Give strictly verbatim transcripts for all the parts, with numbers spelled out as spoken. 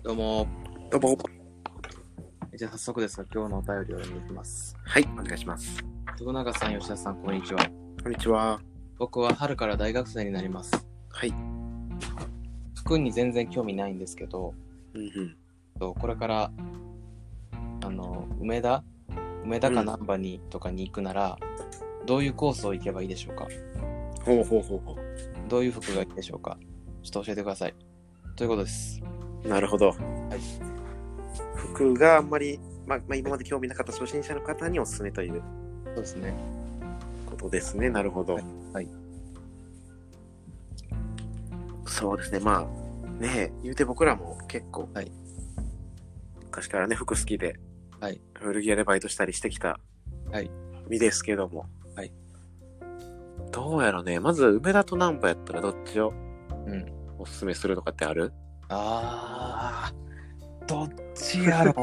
どうも。 どうも。 じゃあ早速ですが、今日のお便りを読んでいきます。 はい、お願いします。 徳永さん、吉田さん、こんにちは。 こんにちは。 僕は春から大学生になります。 はい。 服に全然興味ないんですけど、 うんうん。 とこれからあの梅田梅田か難波に、とかに行くなら、どういうコースを行けばいいでしょうか。 ほうほうほうほどういう服がいいでしょうか。ちょっと教えてください。ということです。 う。なるほど。 はい。 服があんまり、まあ、まあ、今まで興味なかった初心者の方におすすめというそうですね。 ことですね。なるほど。 はい。はい、 そうですね。まあ、ねえ、言うて僕らも結構、 はい、 昔からね、服好きで、 はい、 古着屋でバイトしたりしてきた身ですけども、 はい、 どうやろね。まず、梅田と難波やったらどっちをうん、 おすすめするとかってある？ あー、どっちやろう。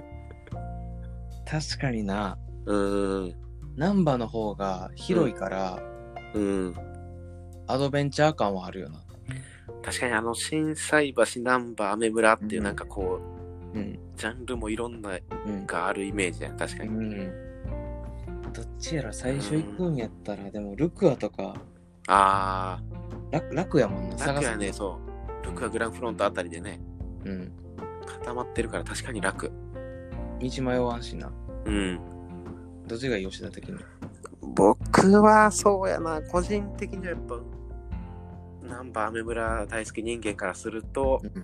確かにな。 うーん。 難波の方が広いから、 うん。 アドベンチャー感はあるよな。 確かにあの、心斎橋、難波、アメ村っていうなんかこう、 うん、 ジャンルもいろんなうんがあるイメージやん、確かに。 うん。どっちやら最初行くんやったら、でもルクアとかあ楽楽やもんな。 ー、楽やね、そう。ルクアグランフロントあたりでね、 うん。 固まってるから確かに楽。 道迷わんしな。 うん。 どっちがいい吉田的に。 僕はそうやな、個人的にはやっぱ、難波アメ村大好き人間からすると、 うん、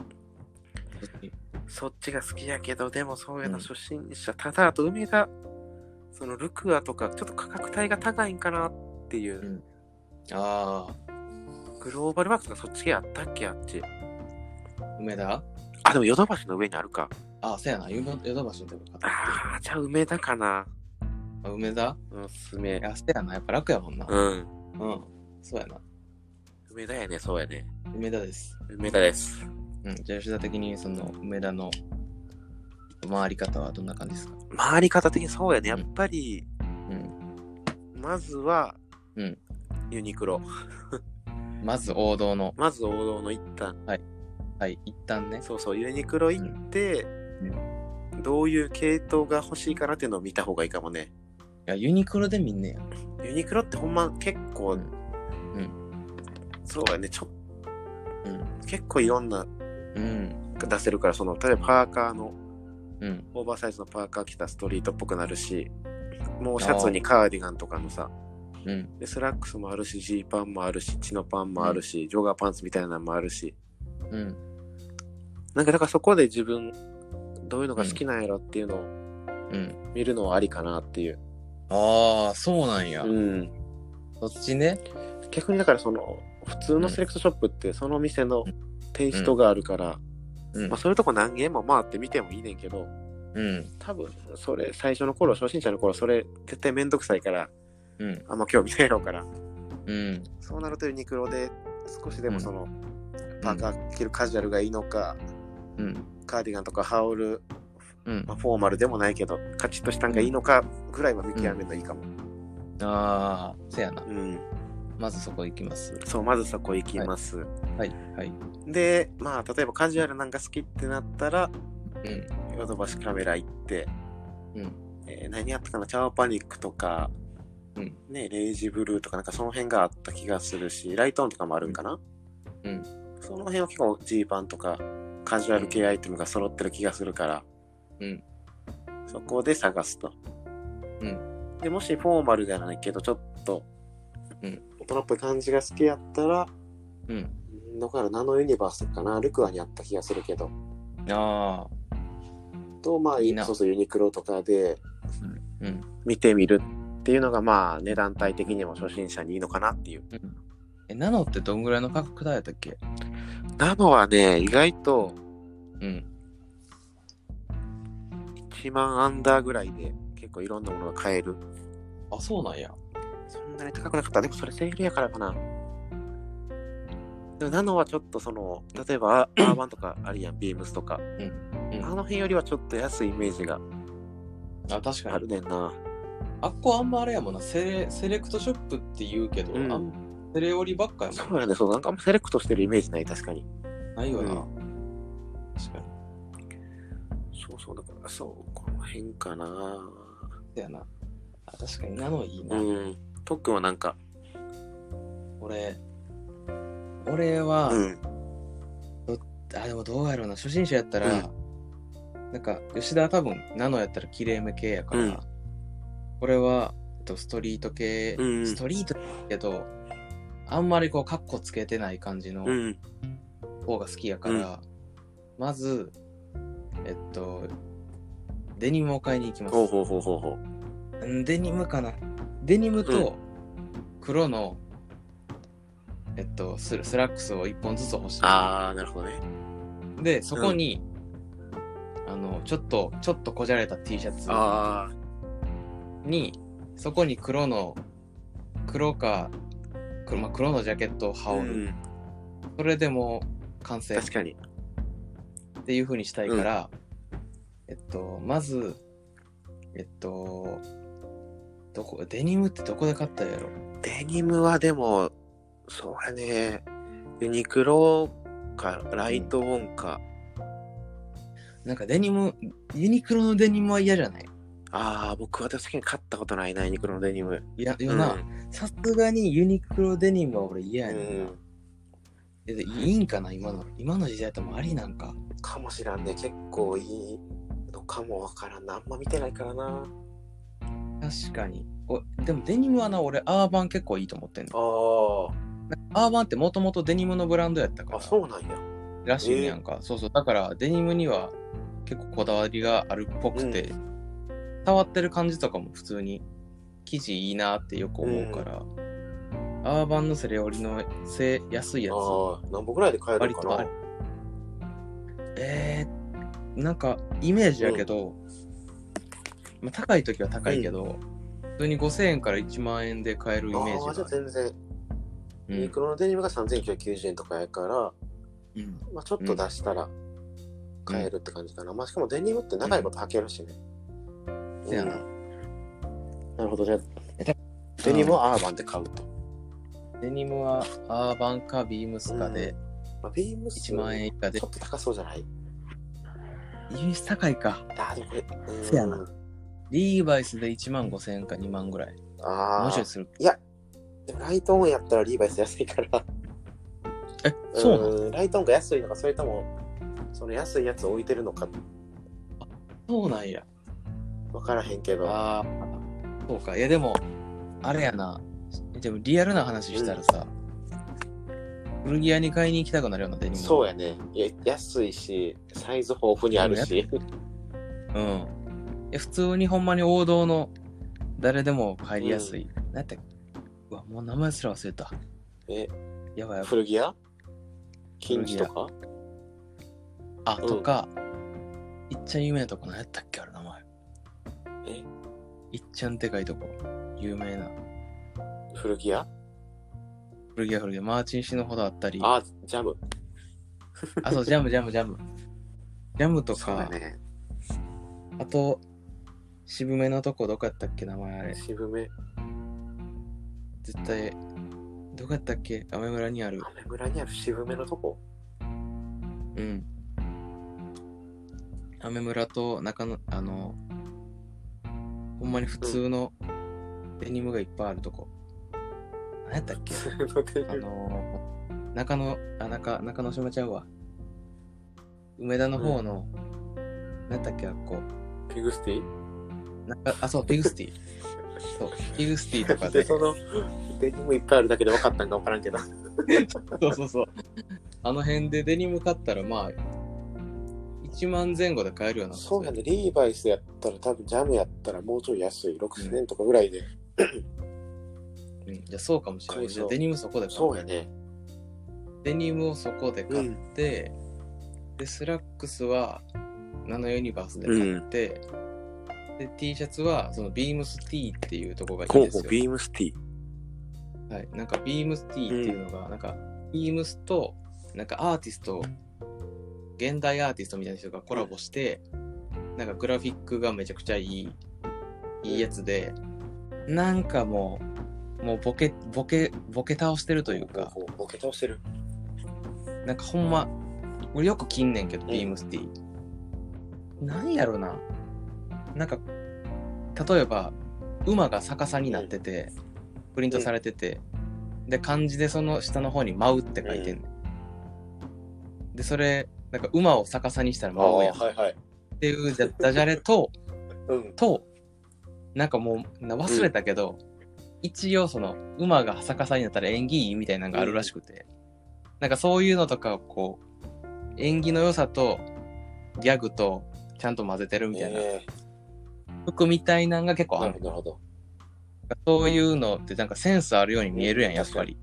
そっちが好きやけど、でもそうやな、 うん、 初心者。ただ、あと梅田、そのルクアとか、ちょっと価格帯が高いんかなっていう。うん、 ああ。 グローバルワークとかそっち系あったっけ、あっち。 梅田？ あ、でもヨドバシの上にあるか。 ああ、そうやな。ヨドバシのとこか。 ああ、じゃあ梅田かな。 あ、梅田？ おすすめ。 いや、そうやな。やっぱ楽やもんな。 うん。 うん。そうやな。 梅田やね、そうやね。 梅田です。 梅田です。 うん。じゃあ吉田的にその梅田の回り方はどんな感じですか？ 回り方的にそうやね。やっぱり、 うん。 まずは、 うん。 ユニクロ。 まず王道の。 まず王道の一旦。 はい。はい、一旦ね。 そうそう、ユニクロ行って、うん、どういう系統が欲しいかなっていうのを見た方がいいかもね。 いや、ユニクロで見んねや。 ユニクロってほんま結構、うん。 うん、 そうやね、ちょっと、 うん、 結構いろんな、うん、出せるから、その、例えばパーカーの、うん、オーバーサイズのパーカー着たストリートっぽくなるし、もうシャツにカーディガンとかのさ、うん、でスラックスもあるし、ジーパンもあるし、チノパンもあるし、うん、ジョガーパンツみたいなのもあるし、うん、なんかだからそこで自分どういうのが好きなんやろっていうのを見るのはありかなっていう。 うん、ああ、そうなんや。 うん。 そっちね。 逆にだからその普通のセレクトショップってその店のテイストがあるから、うん、まあそういうとこ何軒も回って見てもいいねんけど、うん、多分それ最初の頃初心者の頃それ絶対めんどくさいから、うん、あんま興味ないろうから、うん、そうなるとユニクロで少しでもその、うん、パーカー着るカジュアルがいいのか、うん、カーディガンとか羽織る、うんまあ、フォーマルでもないけどカチッとしたんがいいのかぐらいは見極めるのいいかも、うん、 ああせやな、うん、まずそこ行きます。 そうまずそこ行きます。 はいはい、はい、 でまあ例えばカジュアルなんか好きってなったらヨドバシカメラ行って、うんえー、何やったかなチャオパニックとか、うんね、レイジブルーとかなんかその辺があった気がするしライトオンとかもあるんかな、うん、その辺は結構ジーパンとかカジュアル系アイテムが揃ってる気がするから、うん、そこで探すと、うん、でもしフォーマルじゃないけどちょっと、うん、大人っぽい感じが好きやったら、うん、だからナノユニバースかなルクアにあった気がするけどあとまあいいそうそうユニクロとかで、うんうん、見てみるっていうのがまあ値段帯的にも初心者にいいのかなっていう、うん、 えナノってどんぐらいの価格帯やったっけ？ ナノはね意外と、うん、いちまんアンダーぐらいで結構いろんなものが買える。 あ、そうなんや。 そんなに高くなかった。でもそれセールやからかな。でもナノはちょっとその例えばアーバンとかあるやんビームスとか、うんうん、あの辺よりはちょっと安いイメージがあ確かにあるねんな。 あっこあんまあれやもんなセレ、セレクトショップって言うけど、うん、あんセレオリばっかやもん。 そうやね、そうなんかあんまセレクトしてるイメージない確かに。 ないよな、うん、確かに。 そうだから、そう、この辺かな。 だよな。あ、確かにナノいいな。 うん。トックンはなんか。 俺、俺は、 うん、 あ、でもどうやろうな。初心者やったら、うん、なんか、吉田は多分ナノやったら綺麗め系やから、うん、これは、えっと、ストリート系、うん、ストリートけど、あんまりこう、カッコつけてない感じの方が好きやから、うん、まず、えっと、デニムを買いに行きます。 ほうほうほうほうほう。デニムかな。デニムと黒の、うん、えっとス、スラックスを一本ずつ欲しい。 ああ、なるほどね。 で、そこに、うん、あの、ちょっと、ちょっとこじゃれた T シャツに、そこに黒の、黒か、黒、まあ、黒のジャケットを羽織る。うん、それでも完成。 確かに。 っていう風にしたいから、うん、えっと、まず、えっと、どこ、デニムってどこで買ったんやろ？ デニムはでも、そうやね、ユニクロか、ライトオンか。 なんかデニム、ユニクロのデニムは嫌じゃない？ ああ、僕は確かに買ったことないな、ユニクロのデニム。 いや、よな、さすがにユニクロデニムは俺嫌やねんな。うん、でいいんかな、今の今の時代ともありなんかかもしらんね。結構いいのかもわからんな。あんま見てないからな。 確かに。おでもデニムはな、俺アーバン結構いいと思ってんの。ああ。アーバンってもともとデニムのブランドやったから。 あ、そうなんや。 らしいやんか。えー、そうそう。だからデニムには結構こだわりがあるっぽくて、うん、触ってる感じとかも普通に生地いいなってよく思うから、うん、アーバンのセレオリのせ安いやつ。 ああ、何本ぐらいで買えるのかな。 えー、なんかイメージやけど、うん、まあ、高い時は高いけど、うん、普通にごせんえんからいちまんえんで買えるイメージがある。 ああ、じゃあ全然。ユニクロのデニムがさんぜんきゅうひゃくきゅうじゅうえんとかやから、うん、まあちょっと出したら買えるって感じかな。うん、まあしかもデニムって長いこと履けるしね。 うん。うん、 なるほど、じゃあ、デニムはアーバンで買うと。 デニムはアーバンかビームスかで、 まあ、ビームスいちまんえん以下で。 ちょっと高そうじゃない？ イギリス高いか。 あ、でもこれ、 せやな。リーバイスでいちまんごせんえんかにまんぐらい。 ああ。 もうちょいする。 いや、でもライトオンやったらリーバイス安いから。 え、そうなの？ ライトオンが安いのか、それとも、その安いやつを置いてるのか。 あ、そうなんや。 わからへんけど。 ああ、そうか。いや、でも、あれやな。でもリアルな話したらさ、うん、古着屋に買いに行きたくなるようなデニム。 そうやね。いや、安いし、サイズ豊富にあるし。 うん。いや、普通にほんまに王道の誰でも買いやすい。うん、なんやったっけ？うわ、もう名前すら忘れた。 え、 やばいやばい。 古着屋？金地とか？ あ、うん、とか、いっちゃん有名なとこ何やったっけ、ある名前。 え？ いっちゃんでかいとこ。有名な。 古着屋？ 古着屋古着屋。マーチン死ぬほどあったり。 あ、ジャム。 あ、そう、ジャムジャムジャム。ジャムとか。 そうだね。 あと、渋めのとこどこやったっけ、名前あれ。 渋め。 絶対、どこやったっけ、アメ村にある。 アメ村にある渋めのとこ？ うん。アメ村と中野、あの、ほんまに普通のデニムがいっぱいあるとこ。うん、何やったっけ？あの、中野、あ、中、中野島ちゃうわ。梅田の方の、うん、何やったっけ、あっこ。 ピグスティ？ なんか、あ、そう、ピグスティ。そう、ピグスティとかで。 で、その、デニムいっぱいあるだけで分かったんか分からんけど。 そうそうそう。あの辺でデニム買ったら、まあ、いちまんぜん後で買えるような。 そうやね。リーバイスやったら、多分ジャムやったらもうちょい安い。ろくせんえんとかぐらいで。 うん、じゃあそうかもしれない。じゃあデニムそこで買う。 そうやね。 デニムをそこで買って、うん、で、スラックスは、ナノユニバースで買って、うん、で、T シャツは、そのビームス T っていうとこがいいですよ。 ほうほう、ビームス T。 はい。なんか、ビームス T っていうのが、うん、なんか、ビームスと、なんかアーティスト、現代アーティストみたいな人がコラボして、うん、なんかグラフィックがめちゃくちゃいい、いいやつで、なんかもう、もうボケ、ボケ、ボケ倒してるというか。 ほうほう、ボケ倒してる。 なんかほんま、俺よく着んねんけど、うん、ビームス T。 なんやろな。なんか、例えば、馬が逆さになってて、うん、プリントされてて、うん、で、漢字でその下の方に舞うって書いてんね、うん。で、それ、なんか馬を逆さにしたら舞うやん。 はいはい、 っていうダジャレと、 うん、 と、なんかもう忘れたけど、うん、一応その馬が逆さになったら縁起いいみたいなのがあるらしくて、うん、なんかそういうのとかをこう、縁起の良さとギャグとちゃんと混ぜてるみたいな、えー、服みたいなのが結構ある。 なるほど。 そういうのってなんかセンスあるように見えるやん、うん、やっぱり。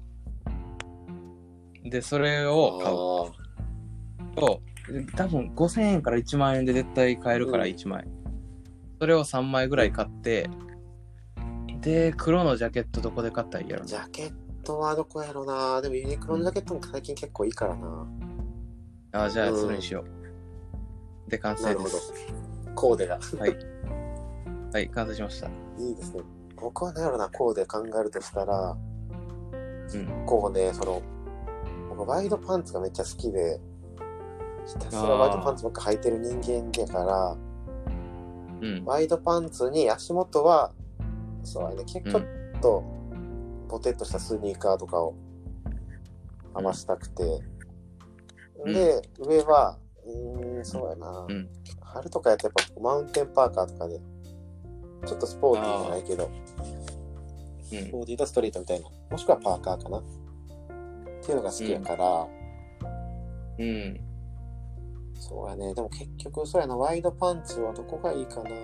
で、それを買うと、多分ごせんえんからいちまん円で絶対買えるからいちまい。うん、それをさんまいぐらい買って、で、黒のジャケットどこで買ったらいいやろな。 ジャケットはどこやろな。でもユニクロのジャケットも最近結構いいからな。うん、 ああ、じゃあそれにしよう。うん、で、完成です。なるほど。 コーデが。 はい。はい、完成しました。 いいですね。僕は何やろな、コーデ考えるとしたら、うん、こうね、その、僕ワイドパンツがめっちゃ好きで、ひたすらワイドパンツばっか履いてる人間だから、うん、ワイドパンツに足元は、そうね、ちょっとポテッとしたスニーカーとかを合わしたくて、うん、で、上は、うーん、そうやな、うん、春とかやったらやっぱマウンテンパーカーとかで、ちょっとスポーティーじゃないけど、うん、スポーティーとストリートみたいな、もしくはパーカーかなっていうのが好きやから、うん、うん、そうやね。でも結局そうやな、ワイドパンツはどこがいいかな。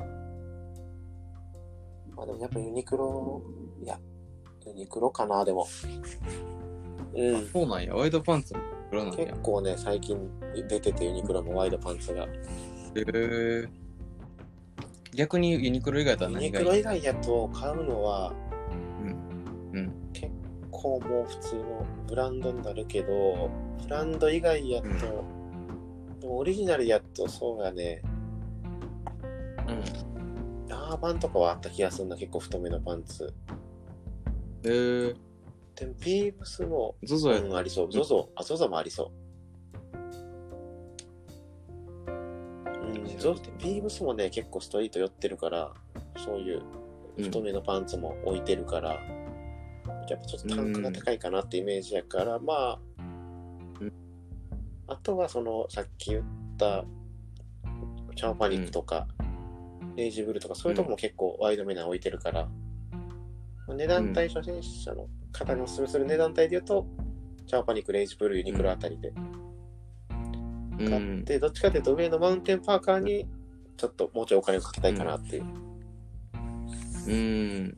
まあでもやっぱユニクロ、いや、ユニクロかな、でも。 うん。そうなんや、ワイドパンツなんや。結構ね、最近出ててユニクロのワイドパンツが。へえ。逆にユニクロ以外だったら何がいい？ ユニクロ以外やと買うのは、うん。うん。結構もう普通のブランドになるけど、ブランド以外やと、うんでもオリジナルやっとそうやね。うん。アーバンとかはあった気がするな、結構太めのパンツ。 へえー。 でもビームスも、 ゾゾや、 うん、ありそう。ゾゾ、あ、ゾゾもありそう。うん、ゾビームスもね、結構ストリート寄ってるから、そういう太めのパンツも置いてるから、うん、やっぱちょっとタンクが高いかなってイメージやから、うん、まあ、あとはそのさっき言ったチャオパニックとか、うん、レイジブルとかそういうとこも結構ワイドめな置いてるから、うん、値段帯初心者の方におすすめする値段帯で言うとチャオパニック、レイジブル、ユニクロあたりで買って、うん、どっちかというと上のマウンテンパーカーにちょっともうちょいお金をかけたいかなっていう。うん。うん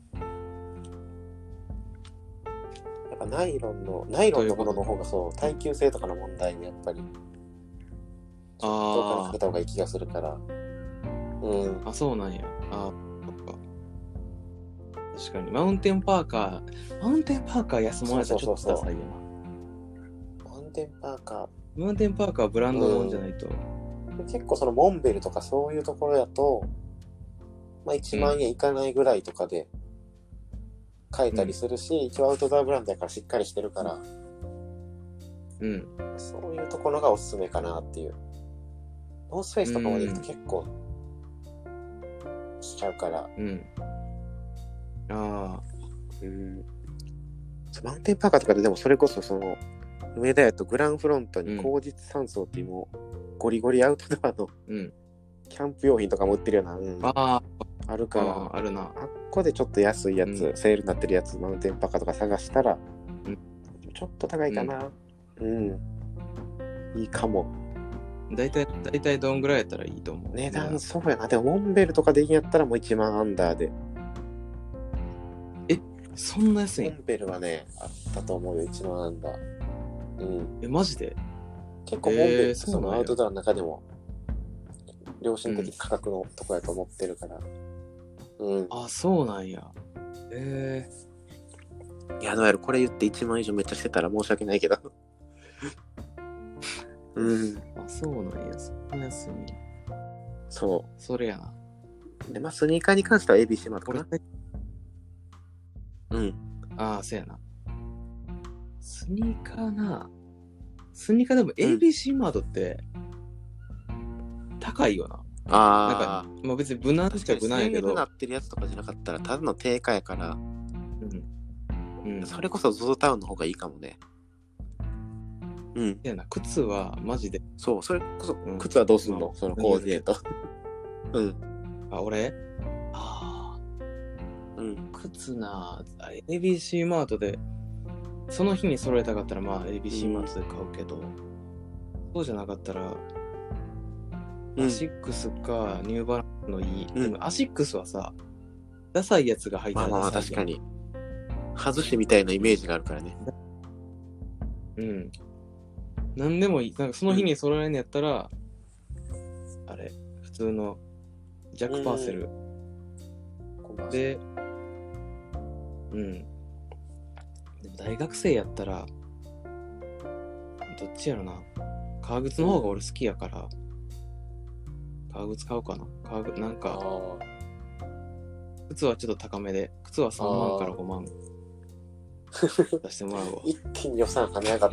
やっぱナイロンの、ナイロンのものの方がそう、耐久性とかの問題にやっぱり、ちょっとお金かけた方がいい気がするから。 うん。あ、そうなんや。あそっか。確かに。マウンテンパーカー、マウンテンパーカー安物やったらちょっとダサいよな。 マウンテンパーカー。 マウンテンパーカーはブランドもんじゃないと、 うん。結構そのモンベルとかそういうところやと、まあいちまんえんいかないぐらいとかで、買えたりするし、うん、一応アウトドアブランドやからしっかりしてるから、うん、そういうところがおすすめかなっていう。ノースフェイスとかまで行くと結構しちゃうから。うん。ああ。うん。マウンテンパーカーとかででもそれこそその上田屋とグランフロントに後日山荘っていうもうゴリゴリアウトドアの、うん、キャンプ用品とかも売ってるような、うん、ああるから、 あ, あるな。 あっこでちょっと安いやつ、うん、セールになってるやつ、マウンテンパーカーとか探したら、うん、ちょっと高いかな。うん。うん、いいかも。 だいたい、だいたいどんぐらいやったらいいと思う？ 値段、そうやな。でも、モンベルとかでいいんやったらもういちまんアンダーで。 え、そんな安い？ モンベルはね、あったと思うよ、いちまんアンダー。うん。 え、マジで？ 結構モンベルってそのアウトドアの中でも、良心的価格のとこやと思ってるから。うん。 あ、そうなんや。へえー。いや、どうやらこれ言っていちまん以上めっちゃしてたら申し訳ないけど。うん。 あ、そうなんや。そんな安い。 そう。 それやな。 で、まあ、スニーカーに関しては エービーシー マートかな。うん。 ああ、そうやな。スニーカーな。スニーカーでも エービーシー マートって、高いよな。 ああ。なんか、まあ別に無難っちゃ無難やけど。 セールなってるやつとかじゃなかったら、ただの定価やから、うん。うん。それこそ ゾゾ タウンの方がいいかもね。うん。 いやな、靴はマジで。 そう、それこそ、うん、靴はどうすんの、そのコーディネート。うん。 あ、俺ああ。うん。靴な、エービーシー マートで、その日に揃えたかったら、まあ エービーシー マートで買うけど、うん、そうじゃなかったら、うん、アシックスかニューバランスのいい。うん、でもアシックスはさ、ダサいやつが入ったらダサい。まあまあ確かに。 外しみたいなイメージがあるからね。 うん。なんでもいい。なんかその日に揃えんのやったら、うん、あれ、普通のジャック・パーセル。で、うん。でも大学生やったら、どっちやろな。革靴の方が俺好きやから、革靴買うかな。革靴、なんか、靴はちょっと高めで、靴はさんまんからごまん出してもらうわ。 一気に予算跳ね上がった。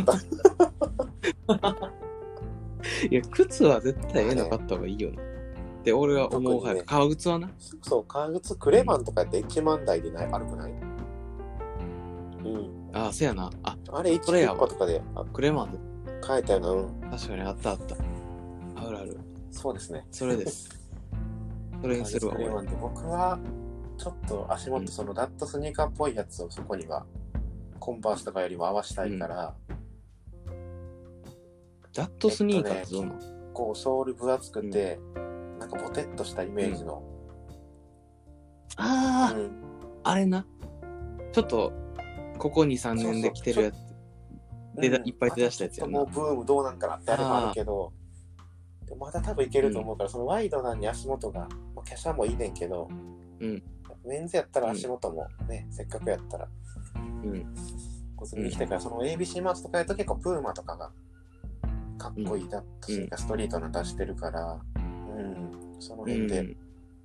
いや、靴は絶対ええの買った方がいいよな。で、俺は思う派、ね、革靴はな。 そう、革靴、クレマンとかやっていちまん台でない、悪くない？うん。 ああ、せやな。あ、 あれいちまんとかで。 クレマンで。 書いたよな、うん。 確かにあったあった。あるある。 そうですね。 それです。それにするわ。 クレマンで僕は、ちょっと足元、そのダットスニーカーっぽいやつをそこには、コンバースとかよりも合わしたいから、 うん、ダットスニーカーってどうなの？ 結構ソール分厚くて、うん、なんかボテッとしたイメージの。 うん、ああ、うん、あれな。ちょっと、ここに、さんねんで着てるやつ。で、うん、いっぱい出したやつやな。 もうブームどうなんかなってあれもあるけど、でまだ多分いけると思うから、うん、そのワイドなに足元が、まあ、華奢もいいねんけど、うん、メンズやったら足元もね、うん、せっかくやったら、うん、こうに来てから、その エービーシー マートとかやと結構プーマとかがかっこいいだとするか、ストリートの出してるから、うん、その辺で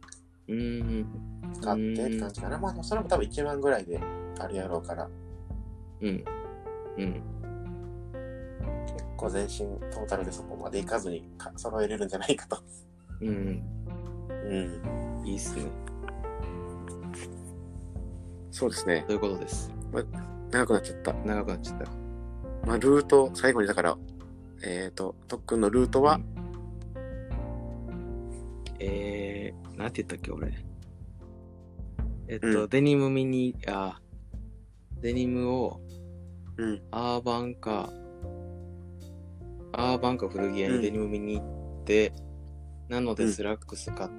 使ってって感じかな。まあそれも多分いちまんぐらいであるやろうから、うんうん、結構全身トータルでそこまでいかずに揃えれるんじゃないかと。うんうん、いいっすね。そうですね。 ということです。 ま、長くなっちゃった。 長くなっちゃった。 まあ、ルート、最後にだから、えっ、ー、と、特訓のルートは、うん、 えー、なんて言ったっけ、俺。えっと、うん、デニムミニ、あ、デニムを、うん、アーバンか、アーバンか古着屋にデニム見に行って、うん、なのでスラックス買って、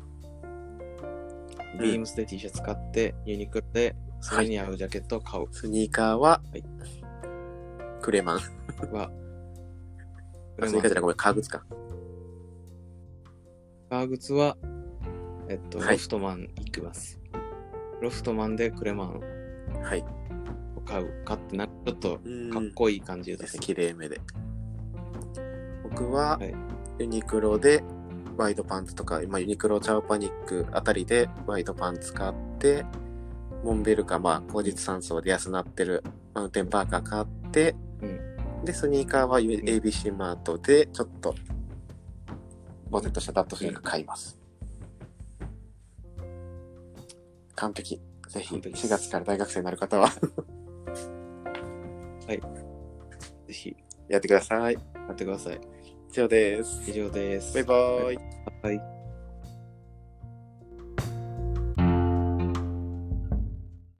うん、ビームスで T シャツ買って、ユニクロでそれに合うジャケットを買う。はい、 スニーカーは、はい、クレマンは、クレマンスニーカーじゃない、ごめん、革靴か。 革靴は、えっと、はい、ロフトマン行きます。ロフトマンでクレマンを買う。買ってなんかちょっとかっこいい感じです。 綺麗めで。僕は、はい、ユニクロでワイドパンツとか、今ユニクロチャオパニックあたりでワイドパンツ買って、モンベルか、まあ、後日さん層で安なってるマウンテンパーカー買って、うん、で、スニーカーは エービーシー マートで、ちょっと、ボテッとしたダットスニーカー買います。完璧。ぜひ、しがつから大学生になる方は。 はい。ぜひ、 やってください。 やってください。 以上です。 以上です。 バイバーイ。 はい。